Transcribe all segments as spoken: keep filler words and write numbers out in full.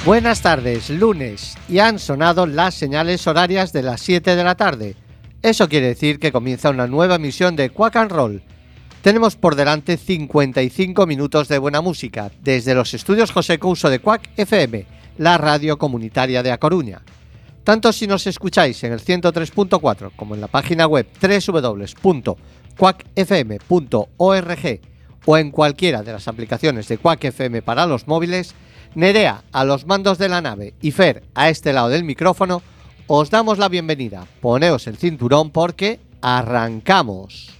Buenas tardes, lunes, y han sonado las señales horarias de las siete de la tarde. Eso quiere decir que comienza una nueva emisión de Quack and Roll. Tenemos por delante cincuenta y cinco minutos de buena música desde los estudios José Couso de Quack F M, la radio comunitaria de A Coruña. Tanto si nos escucháis en el ciento tres punto cuatro como en la página web doble u doble u doble u punto quack f m punto org o en cualquiera de las aplicaciones de Quack F M para los móviles, Nerea a los mandos de la nave y Fer a este lado del micrófono, os damos la bienvenida. Poneos el cinturón porque arrancamos.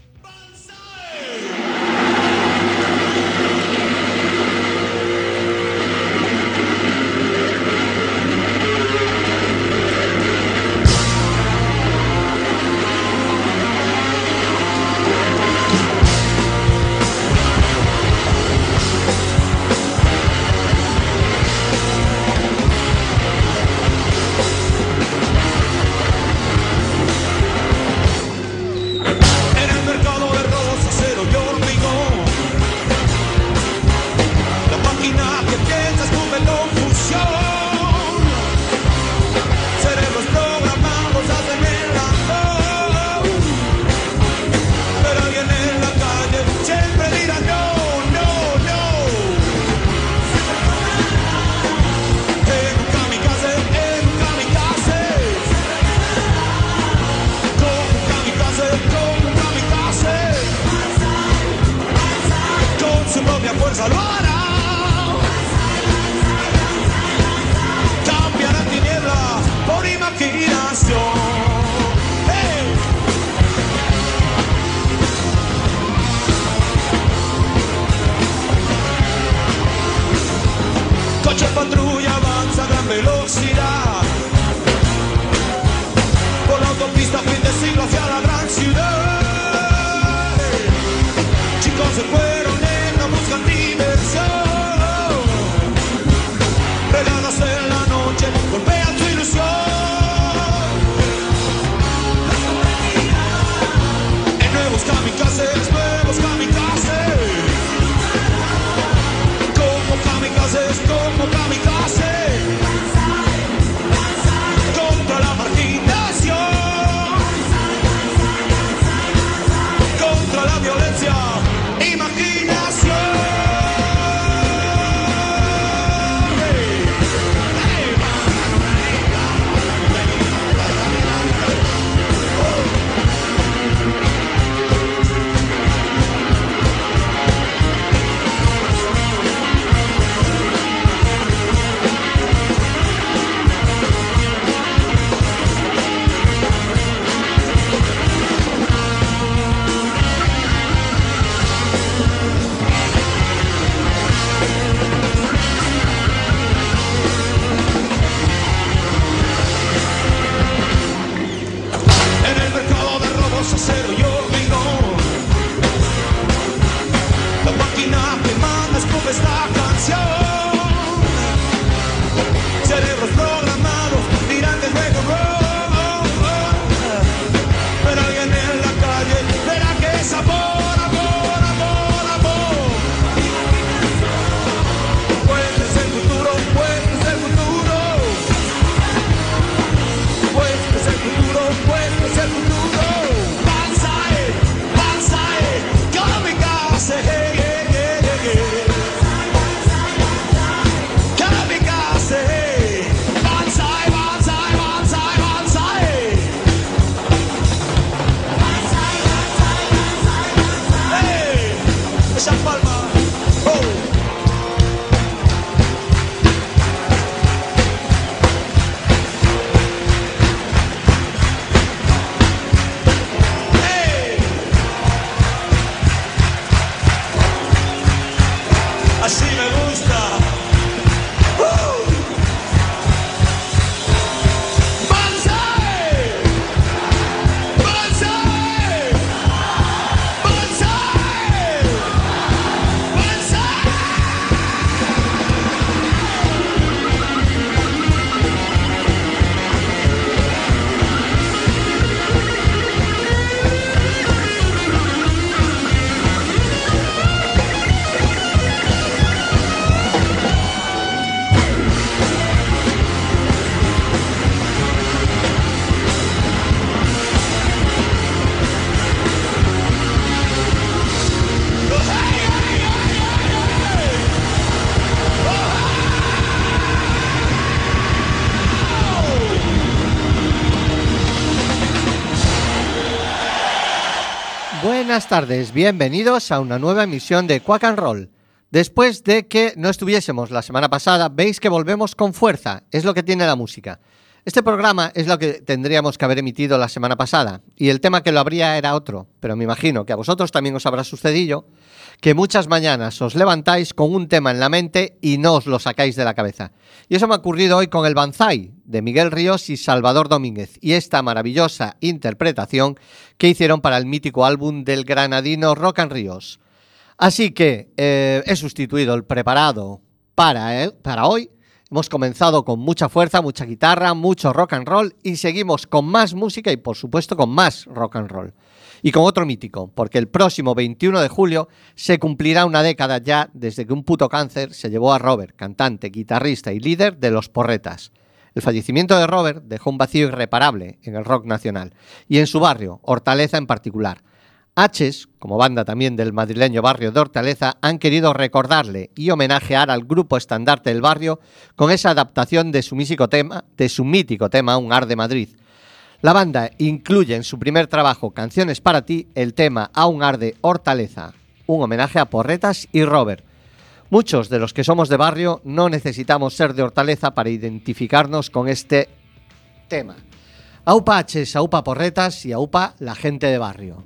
Buenas tardes, bienvenidos a una nueva emisión de Quack and Roll. Después de que no estuviésemos la semana pasada, veis que volvemos con fuerza, es lo que tiene la música. Este programa es lo que tendríamos que haber emitido la semana pasada, y el tema que lo habría era otro, pero me imagino que a vosotros también os habrá sucedido que muchas mañanas os levantáis con un tema en la mente y no os lo sacáis de la cabeza. Y eso me ha ocurrido hoy con el Banzai, de Miguel Ríos y Salvador Domínguez, y esta maravillosa interpretación que hicieron para el mítico álbum del granadino Rock and Ríos. Así que eh, he sustituido el preparado para, eh, para hoy. Hemos comenzado con mucha fuerza, mucha guitarra, mucho rock and roll y seguimos con más música y por supuesto con más rock and roll. Y con otro mítico, porque el próximo veintiuno de julio se cumplirá una década ya desde que un puto cáncer se llevó a Robert, cantante, guitarrista y líder de Los Porretas. El fallecimiento de Robert dejó un vacío irreparable en el rock nacional y en su barrio, Hortaleza en particular. Haches, como banda también del madrileño barrio de Hortaleza, han querido recordarle y homenajear al grupo estandarte del barrio con esa adaptación de su mítico tema, de su mítico tema Un Ar de Madrid. La banda incluye en su primer trabajo Canciones para ti el tema A un Ar de Hortaleza, un homenaje a Porretas y Robert. Muchos de los que somos de barrio no necesitamos ser de Hortaleza para identificarnos con este tema. Aupa Haches, aupa Porretas y aupa la gente de barrio.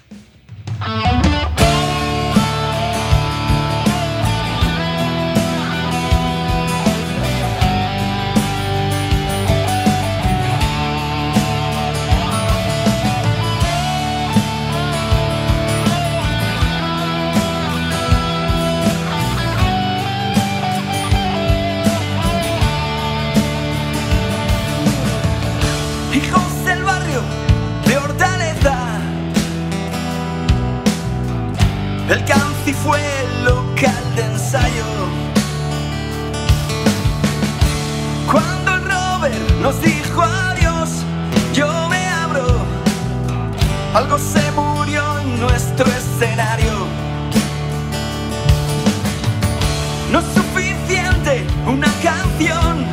Hijos del barrio de Hortaleza, el Canci fue el local de ensayo. Cuando el Robert nos dijo adiós, yo me abro, algo se murió en nuestro escenario. No es suficiente una canción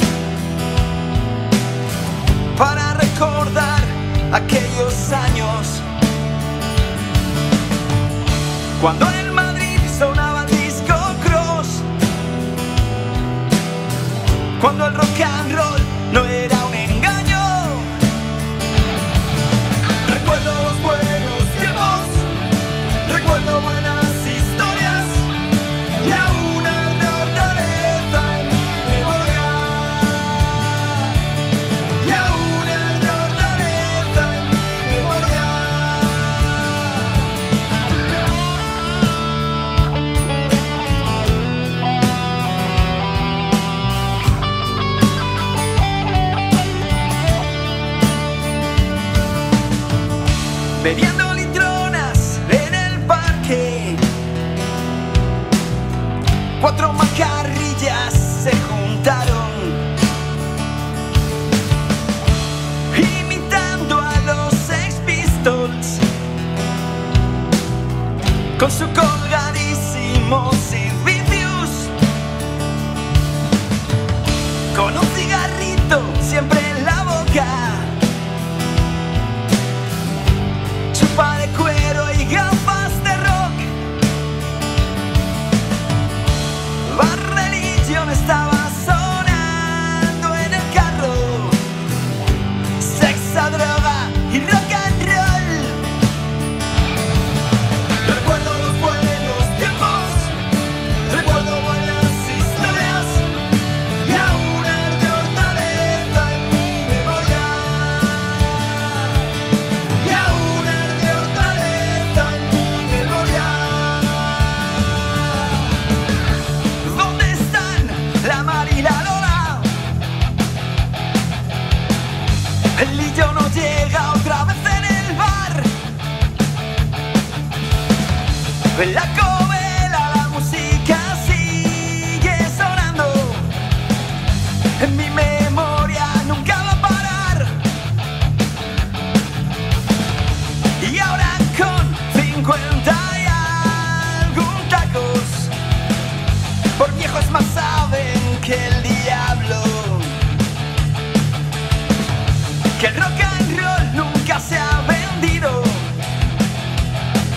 para recordar aquellos años, cuando en Madrid sonaba el disco cross, cuando el rock and roll no era un engaño. Recuerdo los buenos tiempos, recuerdo buenas historias, y aún el de Hortaleza en mi memoria, y aún el de Hortaleza en mi memoria. Bebiendo litronas en el parque, cuatro macarrillas se juntaron, imitando a los Sex Pistols, con su colgadísimo Sid Vicious, con un cigarrito siempre en la boca, chupa de cuero y gafas de rock. Bad Religion estaba sonando en el carro, sexo, droga y rock and roll. Recuerdo los buenos tiempos, recuerdo buenas historias, y aún el de Hortaleza en mi memoria, y aún el de Hortaleza en mi memoria. ¿Dónde están la Mar y la Lola? El Lillo no llega otra vez en el bar. En la Covela la música sigue sonando, en mi memoria nunca va a parar. Y ahora con cincuenta y algún tacos, por viejos más saben que el diablo, que el rock and roll nunca se ha vendido.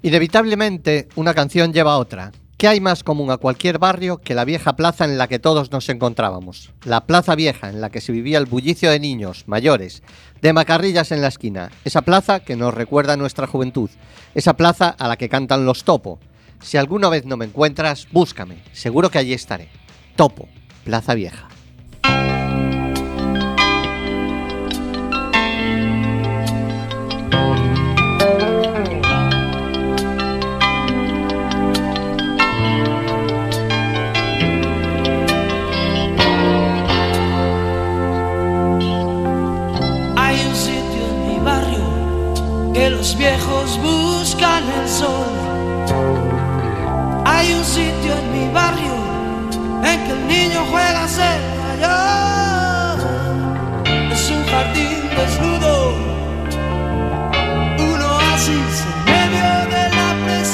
Inevitablemente, una canción lleva a otra. ¿Qué hay más común a cualquier barrio que la vieja plaza en la que todos nos encontrábamos? La plaza vieja en la que se vivía el bullicio de niños, mayores, de macarrillas en la esquina. Esa plaza que nos recuerda a nuestra juventud. Esa plaza a la que cantan los Topo. Si alguna vez no me encuentras, búscame. Seguro que allí estaré. Topo, Plaza Vieja. Que los viejos buscan el sol. Hay un sitio en mi barrio en que el niño juega a ser mayor. Es un jardín desnudo, un oasis en medio de la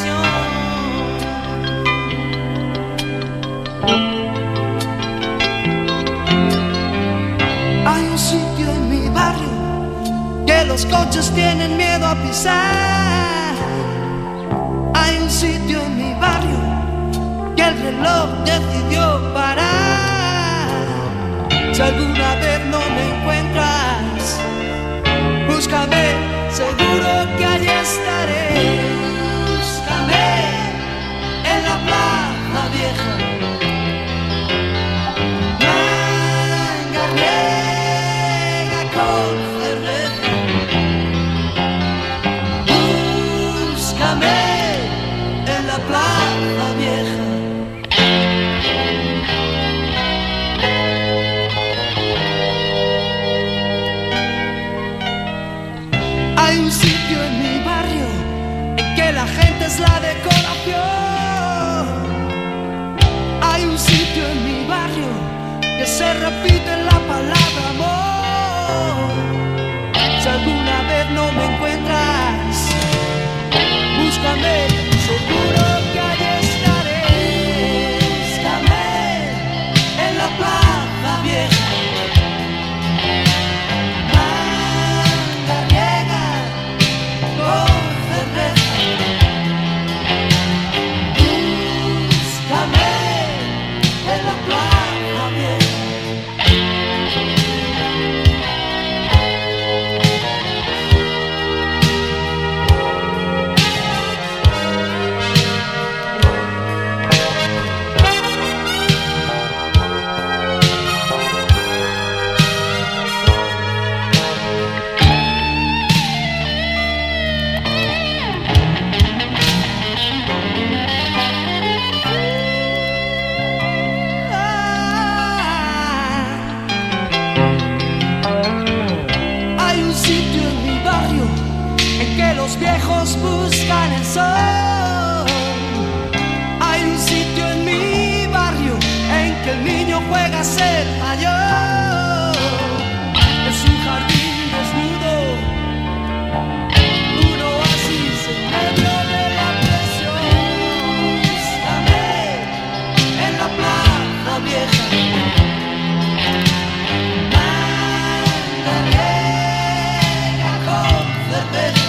presión. Hay un sitio en mi barrio que los coches tienen miedo a pisar. Hay un sitio en mi barrio que el reloj decidió parar. Si alguna vez no me encuentras, búscame, seguro que allí estaré. Búscame en la plaza vieja. Manga con cerveza. En la plaza vieja. Hay un sitio en mi barrio en que la gente es la decoración. Hay un sitio en mi barrio que se repite la palabra amor. Si alguna vez no me encuentras, búscame, seguro que allí estaré. Búscame en la plaza vieja. Mangariega con cerveza. Búscame en la plaza vieja. Viejos buscan el sol. Hay un sitio en mi barrio en que el niño juega a ser mayor. Es un jardín desnudo, un oasis en medio de la presión. Búscame en la plaza vieja. Mangariega con cerveza.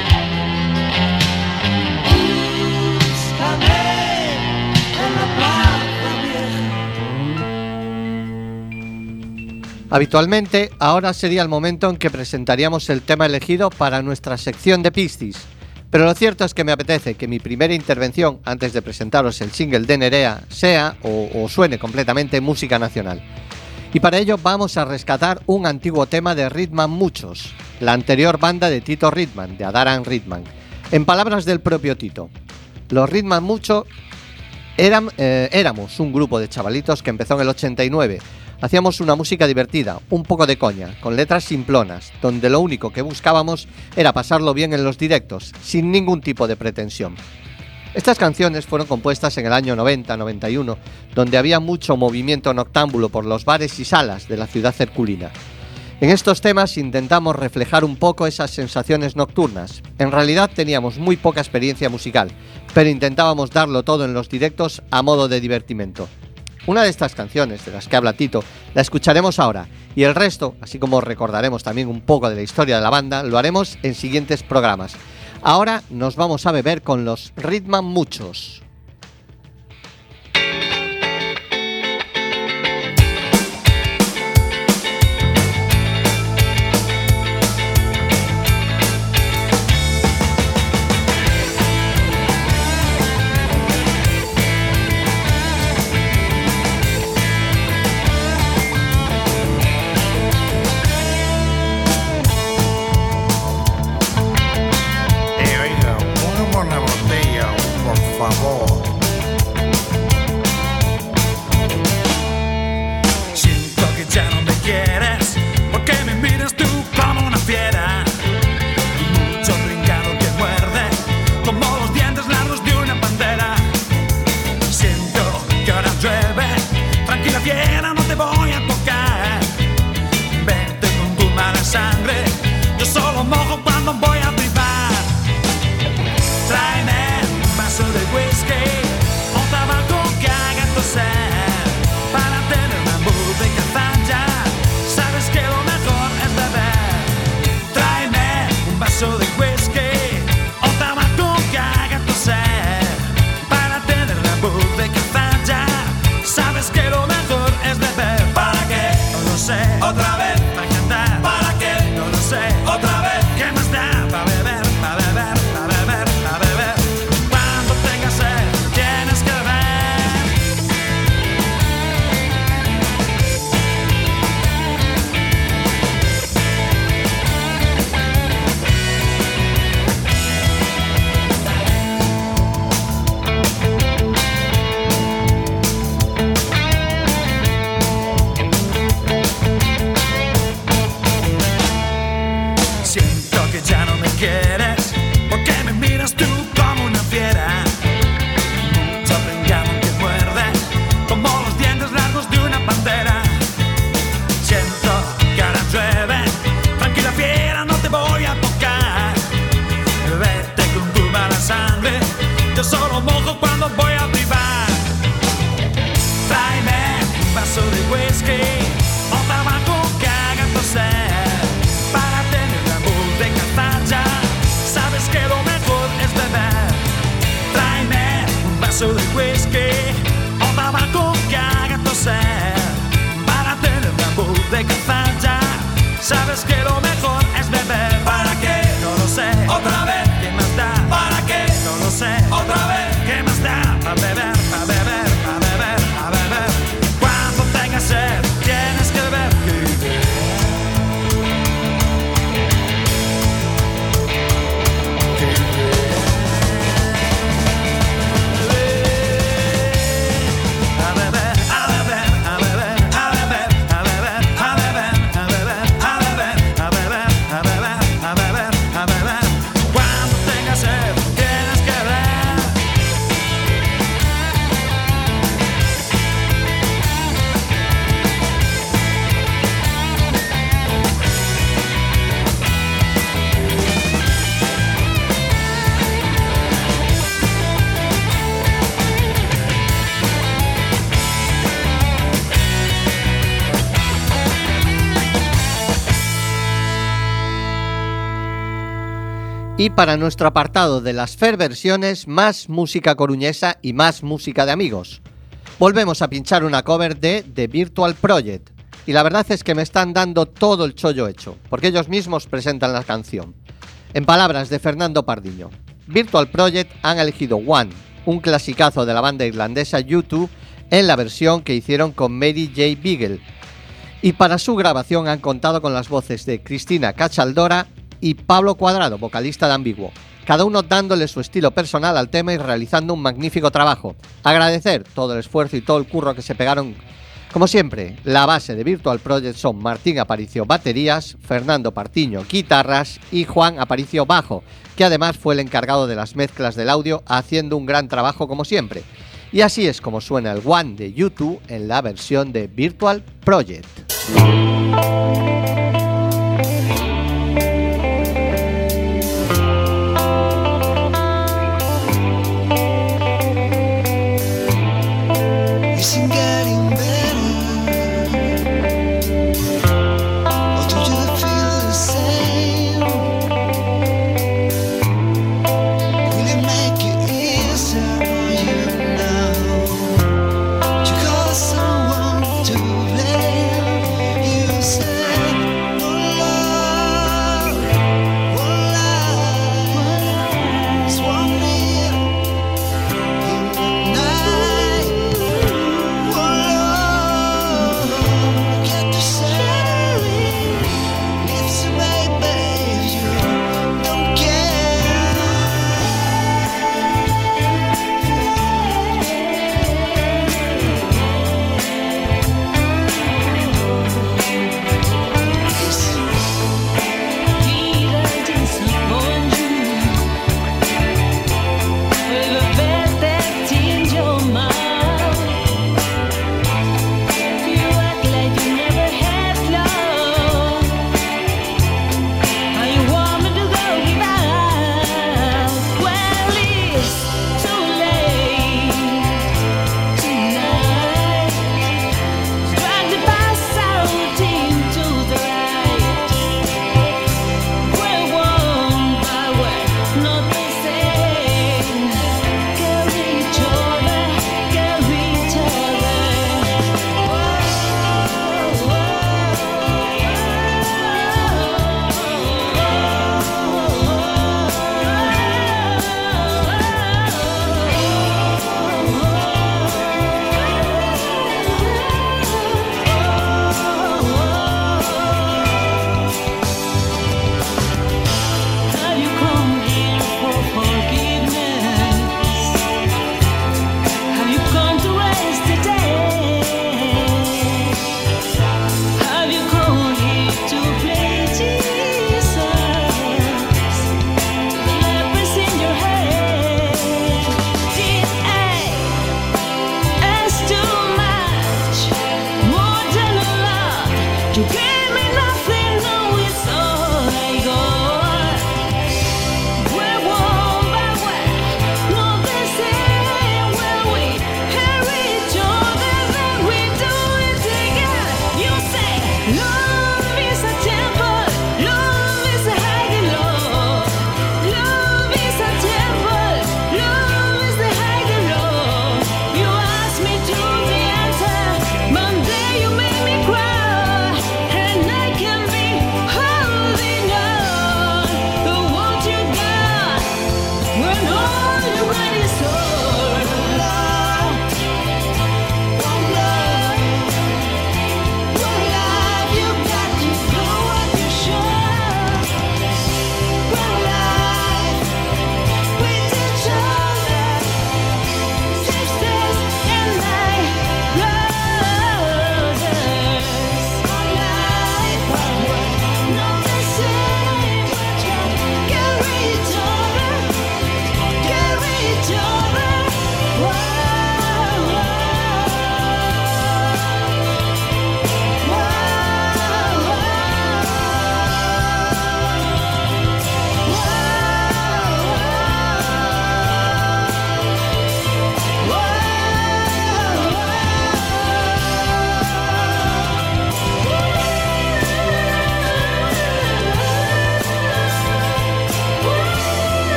Habitualmente, ahora sería el momento en que presentaríamos el tema elegido para nuestra sección de Piscis. Pero lo cierto es que me apetece que mi primera intervención, antes de presentaros el single de Nerea, sea o, o suene completamente música nacional. Y para ello vamos a rescatar un antiguo tema de Ritman Muchos, la anterior banda de Tito Ritman, de Adaran Ritman. En palabras del propio Tito, los Ritman Mucho eran, eh, éramos un grupo de chavalitos que empezó en el ochenta y nueve. Hacíamos una música divertida, un poco de coña, con letras simplonas, donde lo único que buscábamos era pasarlo bien en los directos, sin ningún tipo de pretensión. Estas canciones fueron compuestas en el año noventa noventa y uno, donde había mucho movimiento noctámbulo por los bares y salas de la ciudad herculina. En estos temas intentamos reflejar un poco esas sensaciones nocturnas. En realidad teníamos muy poca experiencia musical, pero intentábamos darlo todo en los directos a modo de divertimento. Una de estas canciones de las que habla Tito la escucharemos ahora, y el resto, así como recordaremos también un poco de la historia de la banda, lo haremos en siguientes programas. Ahora nos vamos a beber con los Ritman Muchos. Y para nuestro apartado de las Fer versiones, más música coruñesa y más música de amigos. Volvemos a pinchar una cover de The Virtual Project. Y la verdad es que me están dando todo el chollo hecho, porque ellos mismos presentan la canción. En palabras de Fernando Pardiño, Virtual Project han elegido One, un clasicazo de la banda irlandesa U dos, en la versión que hicieron con Mary J. Beagle. Y para su grabación han contado con las voces de Cristina Cachaldora y Pablo Cuadrado, vocalista de Ambiguo, cada uno dándole su estilo personal al tema y realizando un magnífico trabajo. Agradecer todo el esfuerzo y todo el curro que se pegaron. Como siempre, la base de Virtual Project son Martín Aparicio baterías, Fernando Partiño guitarras y Juan Aparicio bajo, que además fue el encargado de las mezclas del audio, haciendo un gran trabajo como siempre. Y así es como suena el One de U dos en la versión de Virtual Project.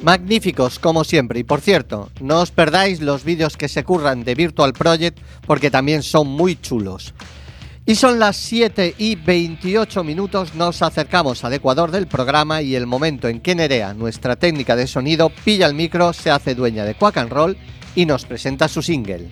Magníficos como siempre, y por cierto, no os perdáis los vídeos que se curran de Virtual Project porque también son muy chulos. Y son las siete y veintiocho minutos, nos acercamos al ecuador del programa y el momento en que Nerea, nuestra técnica de sonido, pilla el micro, se hace dueña de Quack and Roll y nos presenta su single.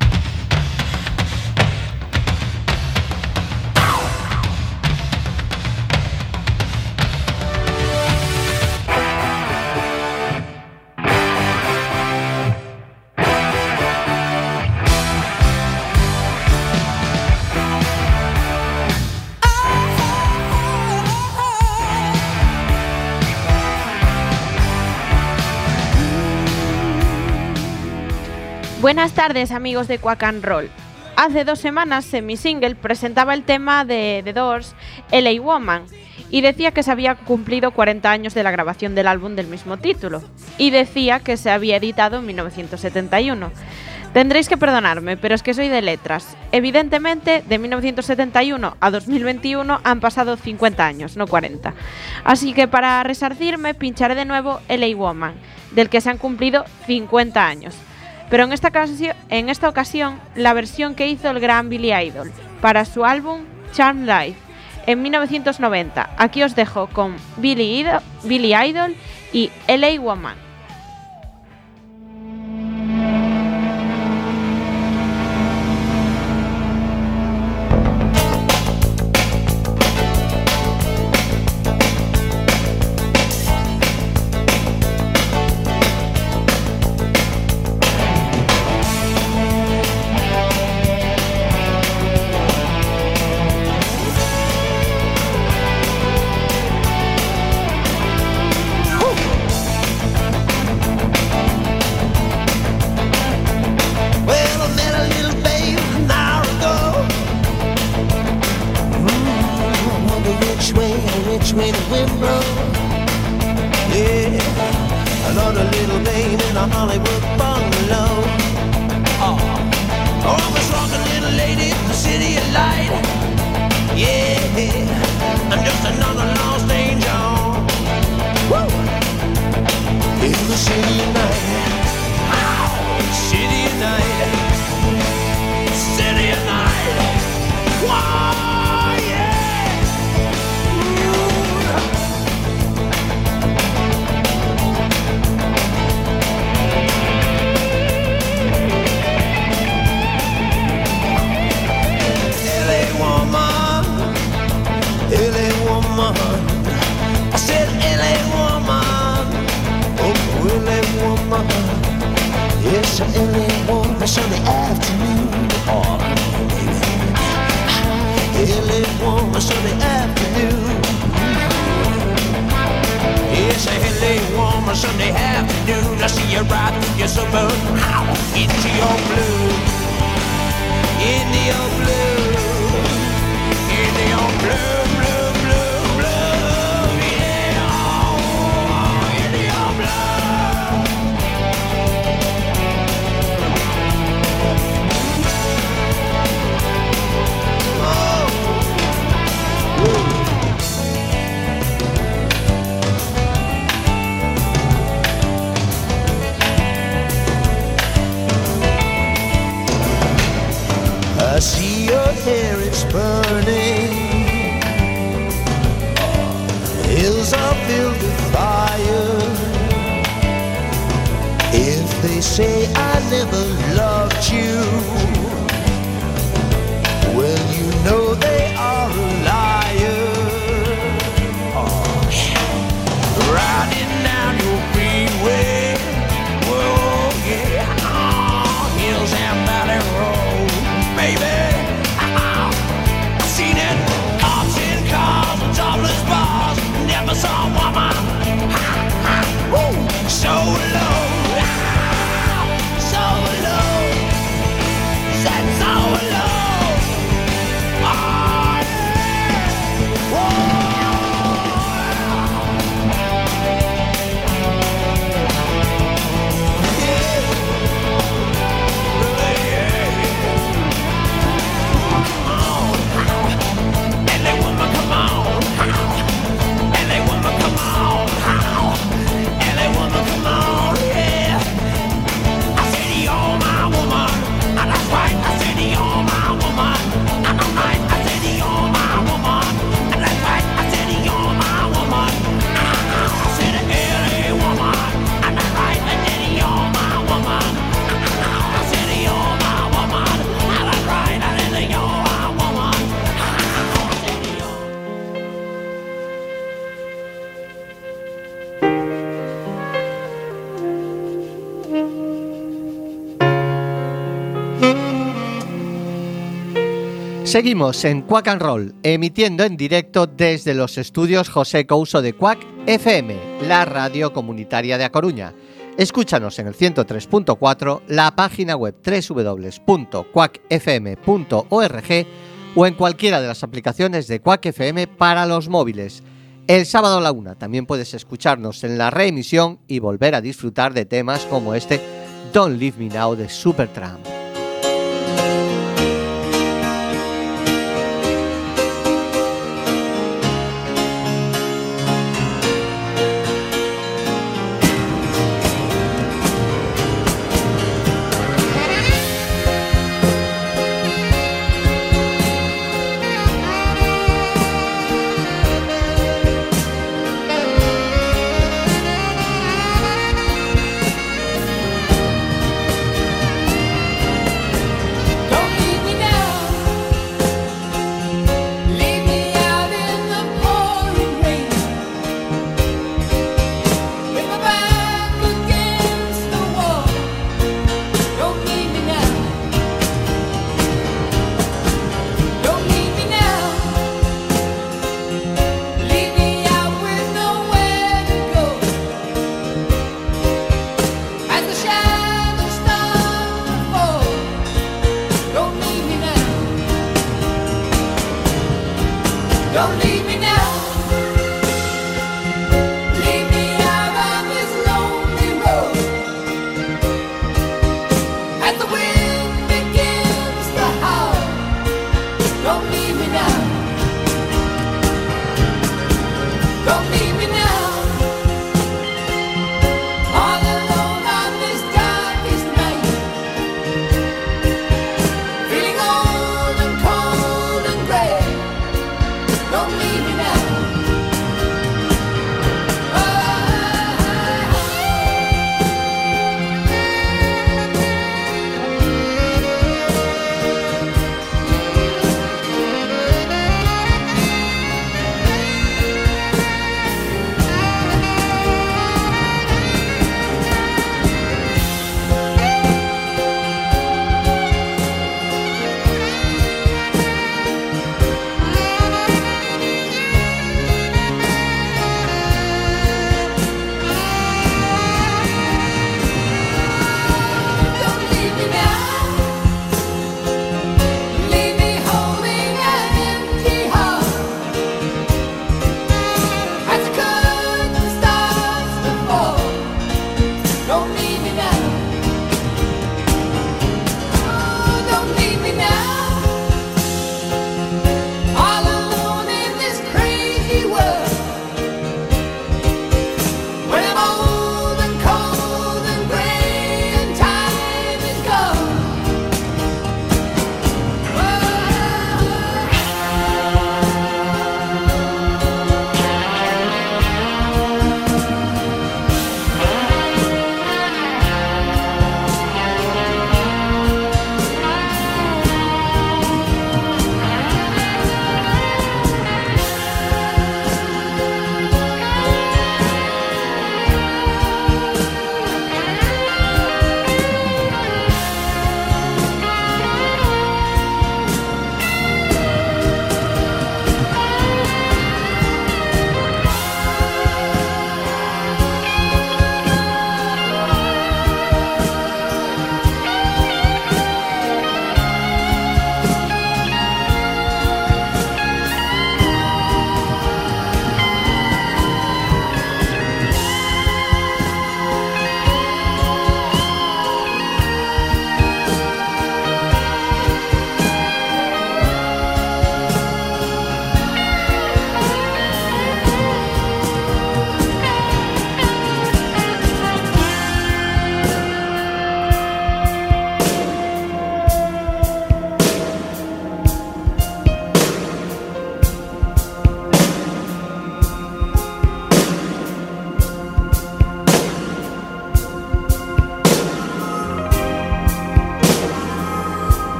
Buenas tardes, amigos de Quack and Roll. Hace dos semanas en mi single presentaba el tema de The Doors, L A Woman, y decía que se había cumplido cuarenta años de la grabación del álbum del mismo título, y decía que se había editado en mil novecientos setenta y uno. Tendréis que perdonarme, pero es que soy de letras. Evidentemente, de mil novecientos setenta y uno a dos mil veintiuno han pasado cincuenta años, no cuarenta. Así que para resarcirme, pincharé de nuevo L A Woman, del que se han cumplido cincuenta años. Pero en esta, ocasión, en esta ocasión, la versión que hizo el gran Billy Idol para su álbum Charmed Life en mil novecientos noventa. Aquí os dejo con Billy Idol, Billy Idol y L A Woman. I see your hair, it's burning. Hills are filled with fire. If they say I never loved you, well, you know they are a liar. Oh, riding down your freeway, whoa, yeah, oh, hills and valley road, baby. Oh, I've seen it, arching cars and topless bars. Never saw a woman ha, ha, woo, so low, so low. Seguimos en Quack and Roll, emitiendo en directo desde los estudios José Couso de Quack F M, la radio comunitaria de A Coruña. Escúchanos en el ciento tres punto cuatro, la página web doble u doble u doble u punto quack f m punto org o en cualquiera de las aplicaciones de Quack F M para los móviles. El sábado a la una también puedes escucharnos en la reemisión y volver a disfrutar de temas como este Don't Leave Me Now de Supertramp. Don't leave me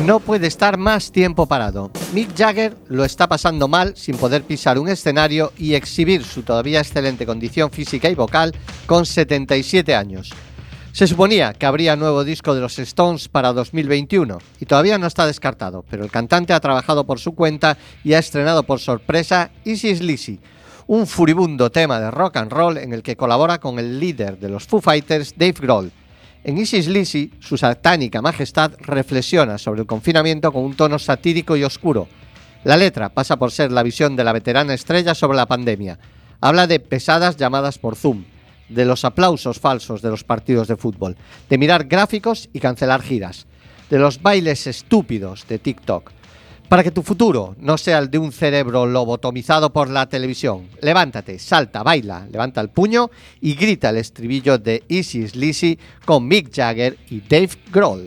no puede estar más tiempo parado. Mick Jagger lo está pasando mal sin poder pisar un escenario y exhibir su todavía excelente condición física y vocal con setenta y siete años. Se suponía que habría nuevo disco de los Stones para dos mil veintiuno y todavía no está descartado, pero el cantante ha trabajado por su cuenta y ha estrenado por sorpresa Easy Sleazy, un furibundo tema de rock and roll en el que colabora con el líder de los Foo Fighters, Dave Grohl. En Easy Sleazy, su satánica majestad reflexiona sobre el confinamiento con un tono satírico y oscuro. La letra pasa por ser la visión de la veterana estrella sobre la pandemia. Habla de pesadas llamadas por Zoom, de los aplausos falsos de los partidos de fútbol, de mirar gráficos y cancelar giras, de los bailes estúpidos de TikTok. Para que tu futuro no sea el de un cerebro lobotomizado por la televisión, levántate, salta, baila, levanta el puño y grita el estribillo de Easy Sleazy con Mick Jagger y Dave Grohl.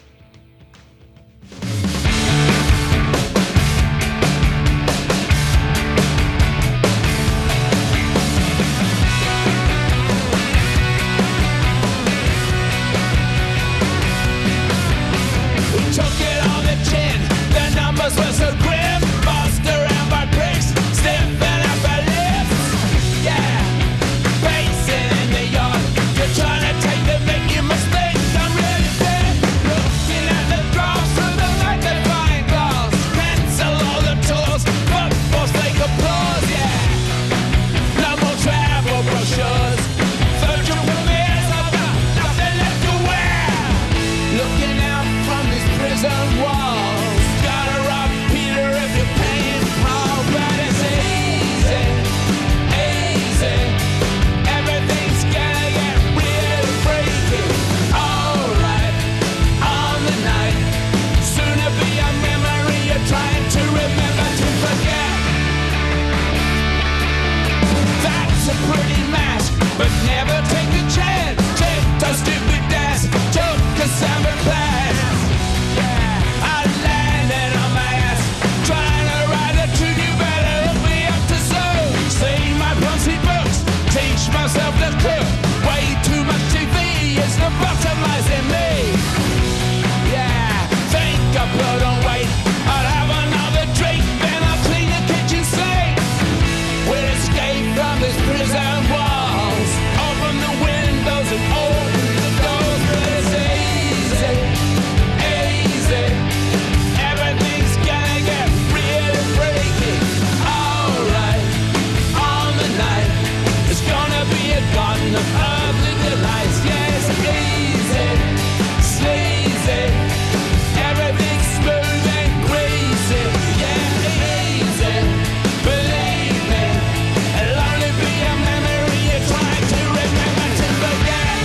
Was so grim, bossed around by pricks, stiffing up her lips. Yeah, pacing in the yard, you're trying to take the making mistakes. I'm really dead, looking at the grass through the magnifying glass. Cancel all the tours, but force fake applause. Yeah, no more travel brochures. Virtual premieres, I've got nothing left to wear. Looking out from these prison walls. Pretty mask, but never take a chance. Take a stupid dance, joke Cassandra class. Yeah, I landed on my ass, trying to ride the tune. You better hook me up to so. See my pussy books, teach myself to cook. Way too much T V is lobotomizing me. Yeah, think I put on weight. I'll have another drink, then I'll clean the kitchen sink. We'll escape from this prison walls. Open the windows and open the doors. But it's easy, easy. Everything's gonna get really freaky. Alright, on the night, it's gonna be a garden of ugly delights. Yes, easy, sleazy. Everything's smooth and greasy. Yeah, easy. Believe me, it'll only be a memory you're trying to remember to forget.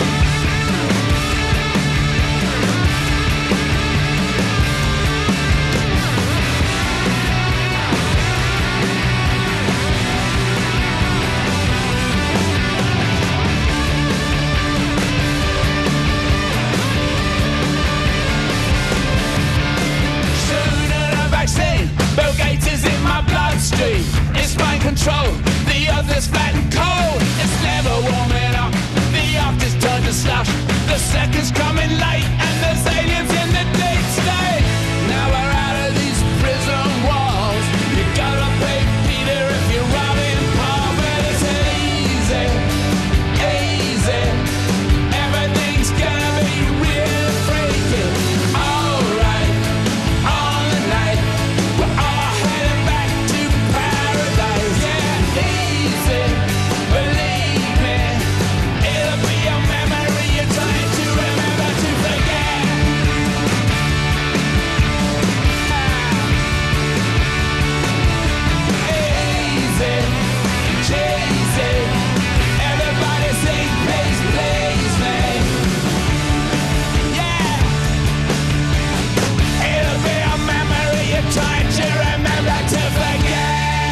Sooner a vaccine, Bill Gates is in my bloodstream. It's mind control, the others flat and cold. It's never warming up, the after's turned to slush. The second's coming late and there's aliens in the deep state. Now we're out of these prison walls. You gotta pay Peter if you're robbing Paul. But it's easy, easy. Everything's gonna be real freaky. Alright, on the night, we're all heading back to paradise. Yeah, easy, believe me, it'll be a memory you're trying to remember to forget. Easy, cheesy, everybody sing please, please me. Yeah, it'll be a memory you're trying to remember to forget.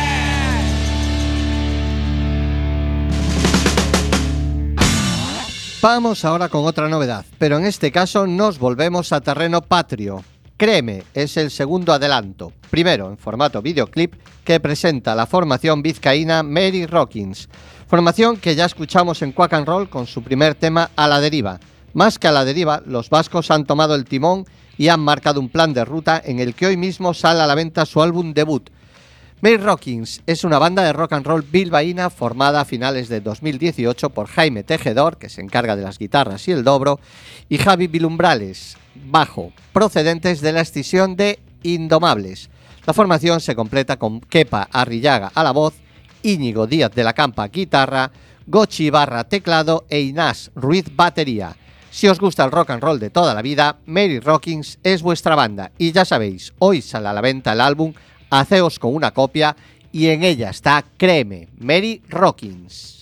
Vamos ahora con otra novedad, pero en este caso nos volvemos a terreno patrio. Créeme, es el segundo adelanto, primero en formato videoclip, que presenta la formación vizcaína Mary Rockins, formación que ya escuchamos en Quack and Roll con su primer tema A la deriva. Más que a la deriva, los vascos han tomado el timón y han marcado un plan de ruta en el que hoy mismo sale a la venta su álbum debut. Mary Rockins es una banda de rock and roll bilbaína formada a finales de dos mil dieciocho por Jaime Tejedor, que se encarga de las guitarras y el dobro, y Javi Vilumbrales, bajo, procedentes de la escisión de Indomables. La formación se completa con Kepa Arrillaga a la voz, Íñigo Díaz de la Campa guitarra, Gochi Ibarra teclado e Inás Ruiz batería. Si os gusta el rock and roll de toda la vida, Mary Rockins es vuestra banda. Y ya sabéis, hoy sale a la venta el álbum, haceos con una copia y en ella está Créeme, Mary Rockins.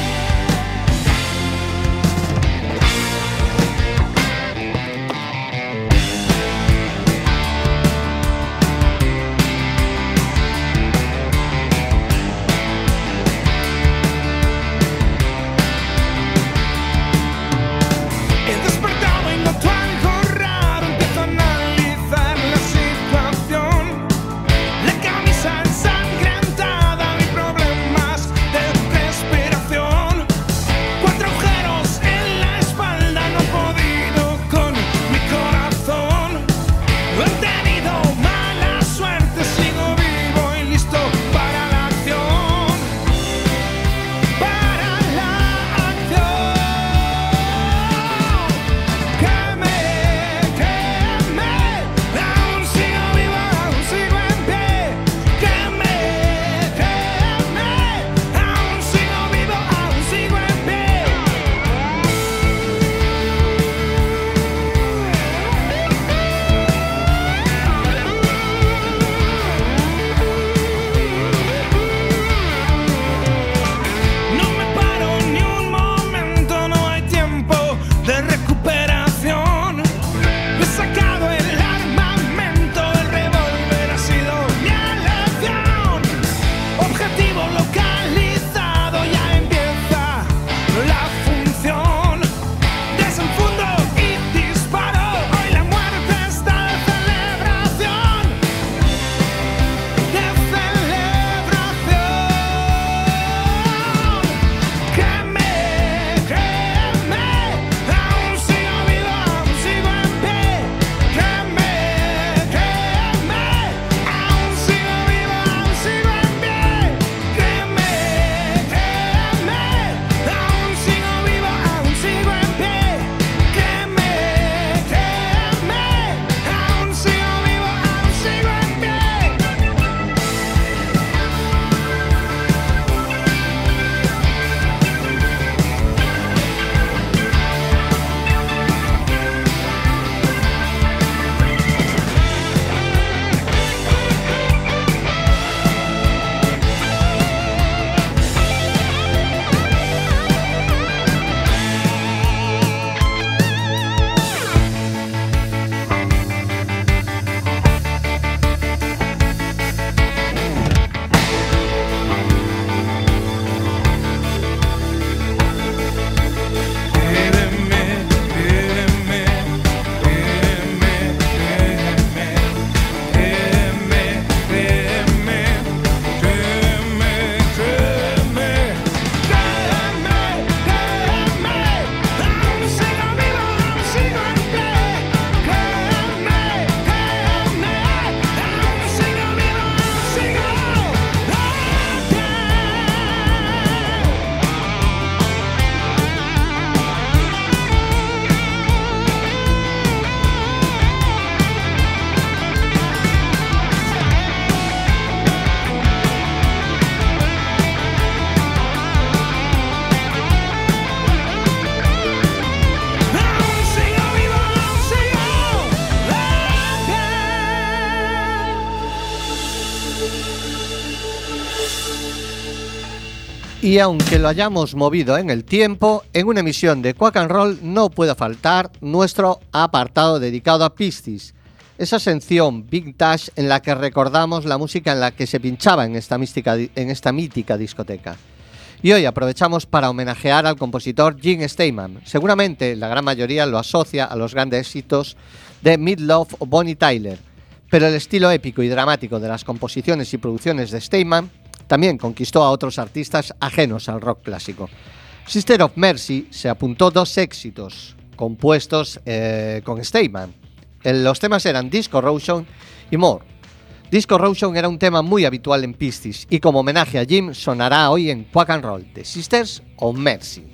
Y aunque lo hayamos movido en el tiempo, en una emisión de Quack and Roll no puede faltar nuestro apartado dedicado a Pixies, esa sección vintage en la que recordamos la música en la que se pinchaba en esta, mística, en esta mítica discoteca. Y hoy aprovechamos para homenajear al compositor Gene Steinman. Seguramente la gran mayoría lo asocia a los grandes éxitos de Meat Loaf o Bonnie Tyler, pero el estilo épico y dramático de las composiciones y producciones de Steinman también conquistó a otros artistas ajenos al rock clásico. Sister of Mercy se apuntó dos éxitos compuestos eh, con Steinman. Los temas eran Disco Corrosion y More. Disco Corrosion era un tema muy habitual en Pixies y como homenaje a Jim sonará hoy en Quack and Roll, The Sisters of Mercy.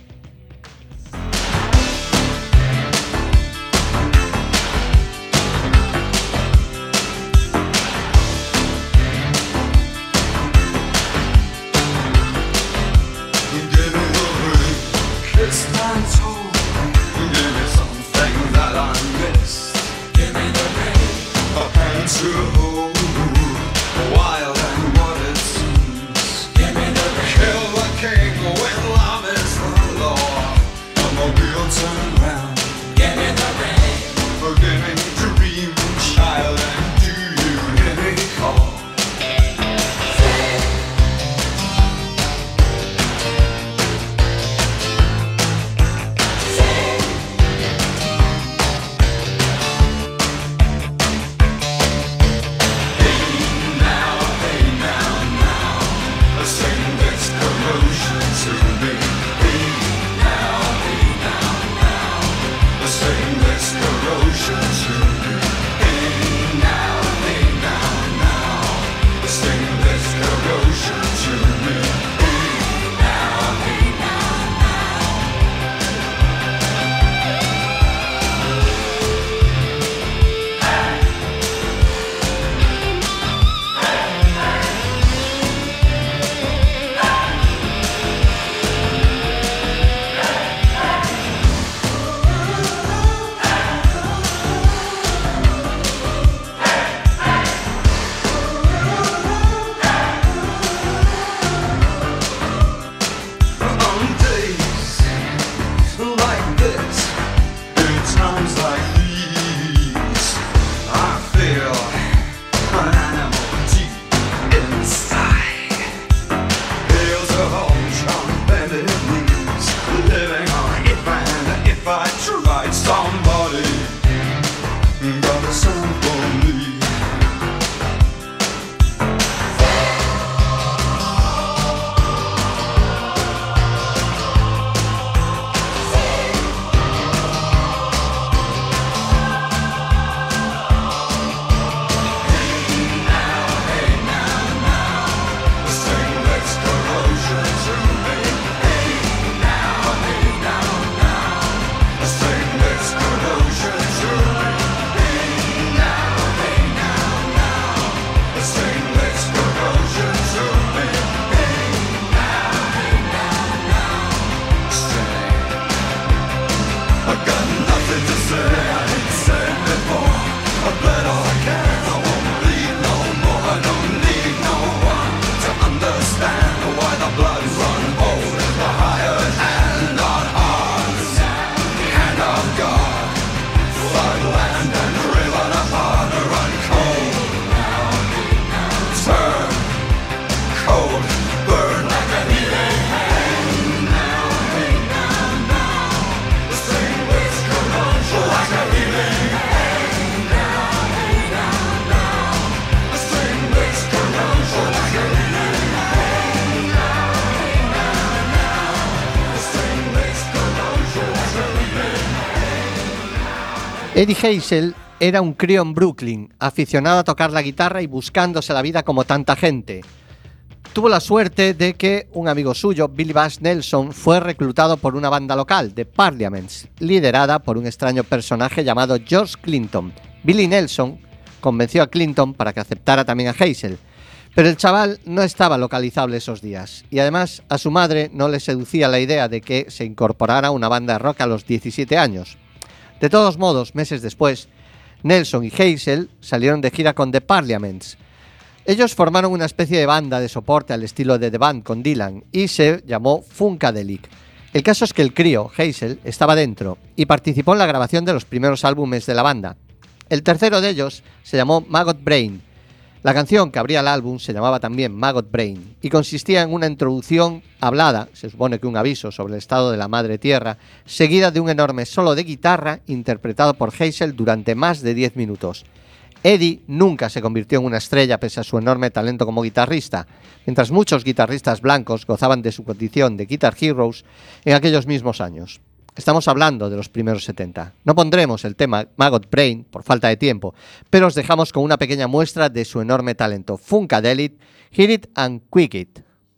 Eddie Hazel era un crío en Brooklyn, aficionado a tocar la guitarra y buscándose la vida como tanta gente. Tuvo la suerte de que un amigo suyo, Billy Bass Nelson, fue reclutado por una banda local, The Parliaments, liderada por un extraño personaje llamado George Clinton. Billy Nelson convenció a Clinton para que aceptara también a Hazel, pero el chaval no estaba localizable esos días, y además a su madre no le seducía la idea de que se incorporara a una banda de rock a los diecisiete años. De todos modos, meses después, Nelson y Hazel salieron de gira con The Parliaments. Ellos formaron una especie de banda de soporte al estilo de The Band con Dylan y se llamó Funkadelic. El caso es que el crío, Hazel, estaba dentro y participó en la grabación de los primeros álbumes de la banda. El tercero de ellos se llamó Maggot Brain. La canción que abría el álbum se llamaba también Maggot Brain y consistía en una introducción hablada, se supone que un aviso sobre el estado de la madre tierra, seguida de un enorme solo de guitarra interpretado por Hazel durante más de diez minutos. Eddie nunca se convirtió en una estrella pese a su enorme talento como guitarrista, mientras muchos guitarristas blancos gozaban de su condición de Guitar Heroes en aquellos mismos años. Estamos hablando de los primeros setenta. No pondremos el tema Maggot Brain por falta de tiempo, pero os dejamos con una pequeña muestra de su enorme talento. Funkadelic, Hit It and Quick It.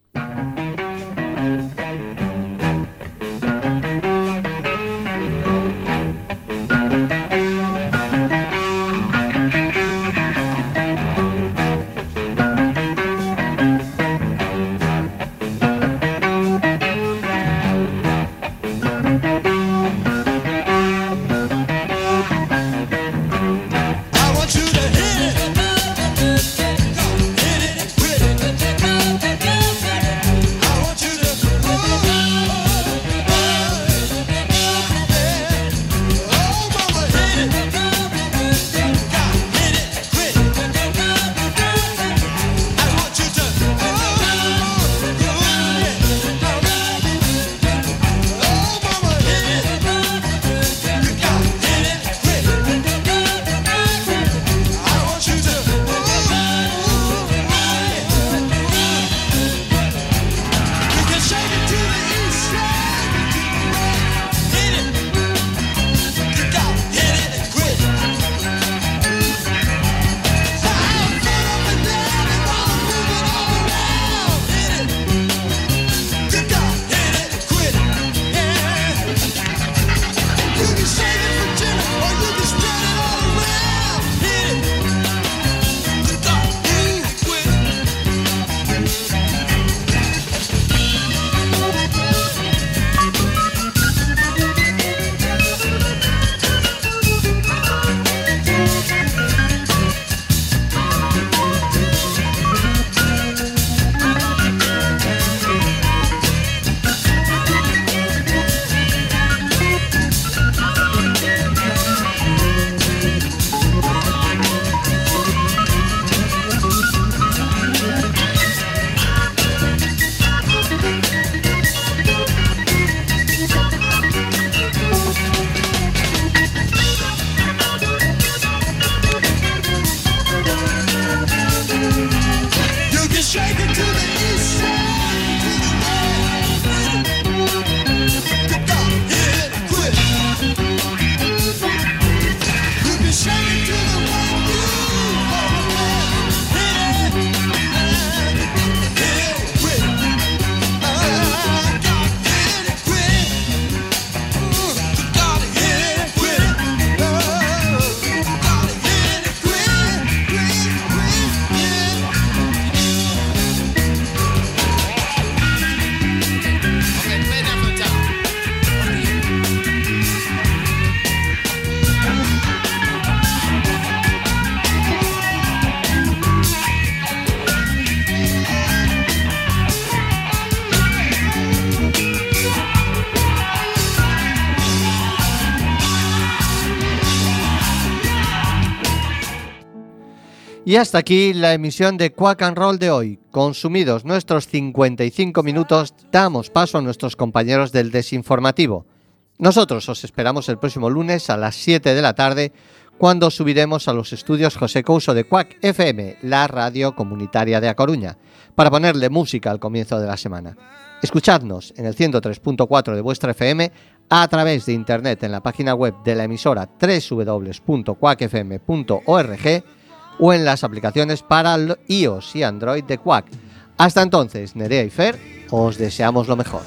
Y hasta aquí la emisión de Quack and Roll de hoy. Consumidos nuestros cincuenta y cinco minutos, damos paso a nuestros compañeros del Desinformativo. Nosotros os esperamos el próximo lunes a las siete de la tarde, cuando subiremos a los estudios José Couso de Quack F M, la radio comunitaria de A Coruña, para ponerle música al comienzo de la semana. Escuchadnos en el ciento tres punto cuatro de vuestra F M, a través de internet en la página web de la emisora doble u doble u doble u punto quack f m punto org o en las aplicaciones para iOS y Android de Quack. Hasta entonces, Nerea y Fer, os deseamos lo mejor.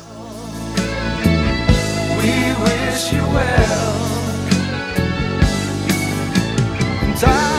We wish you well. Time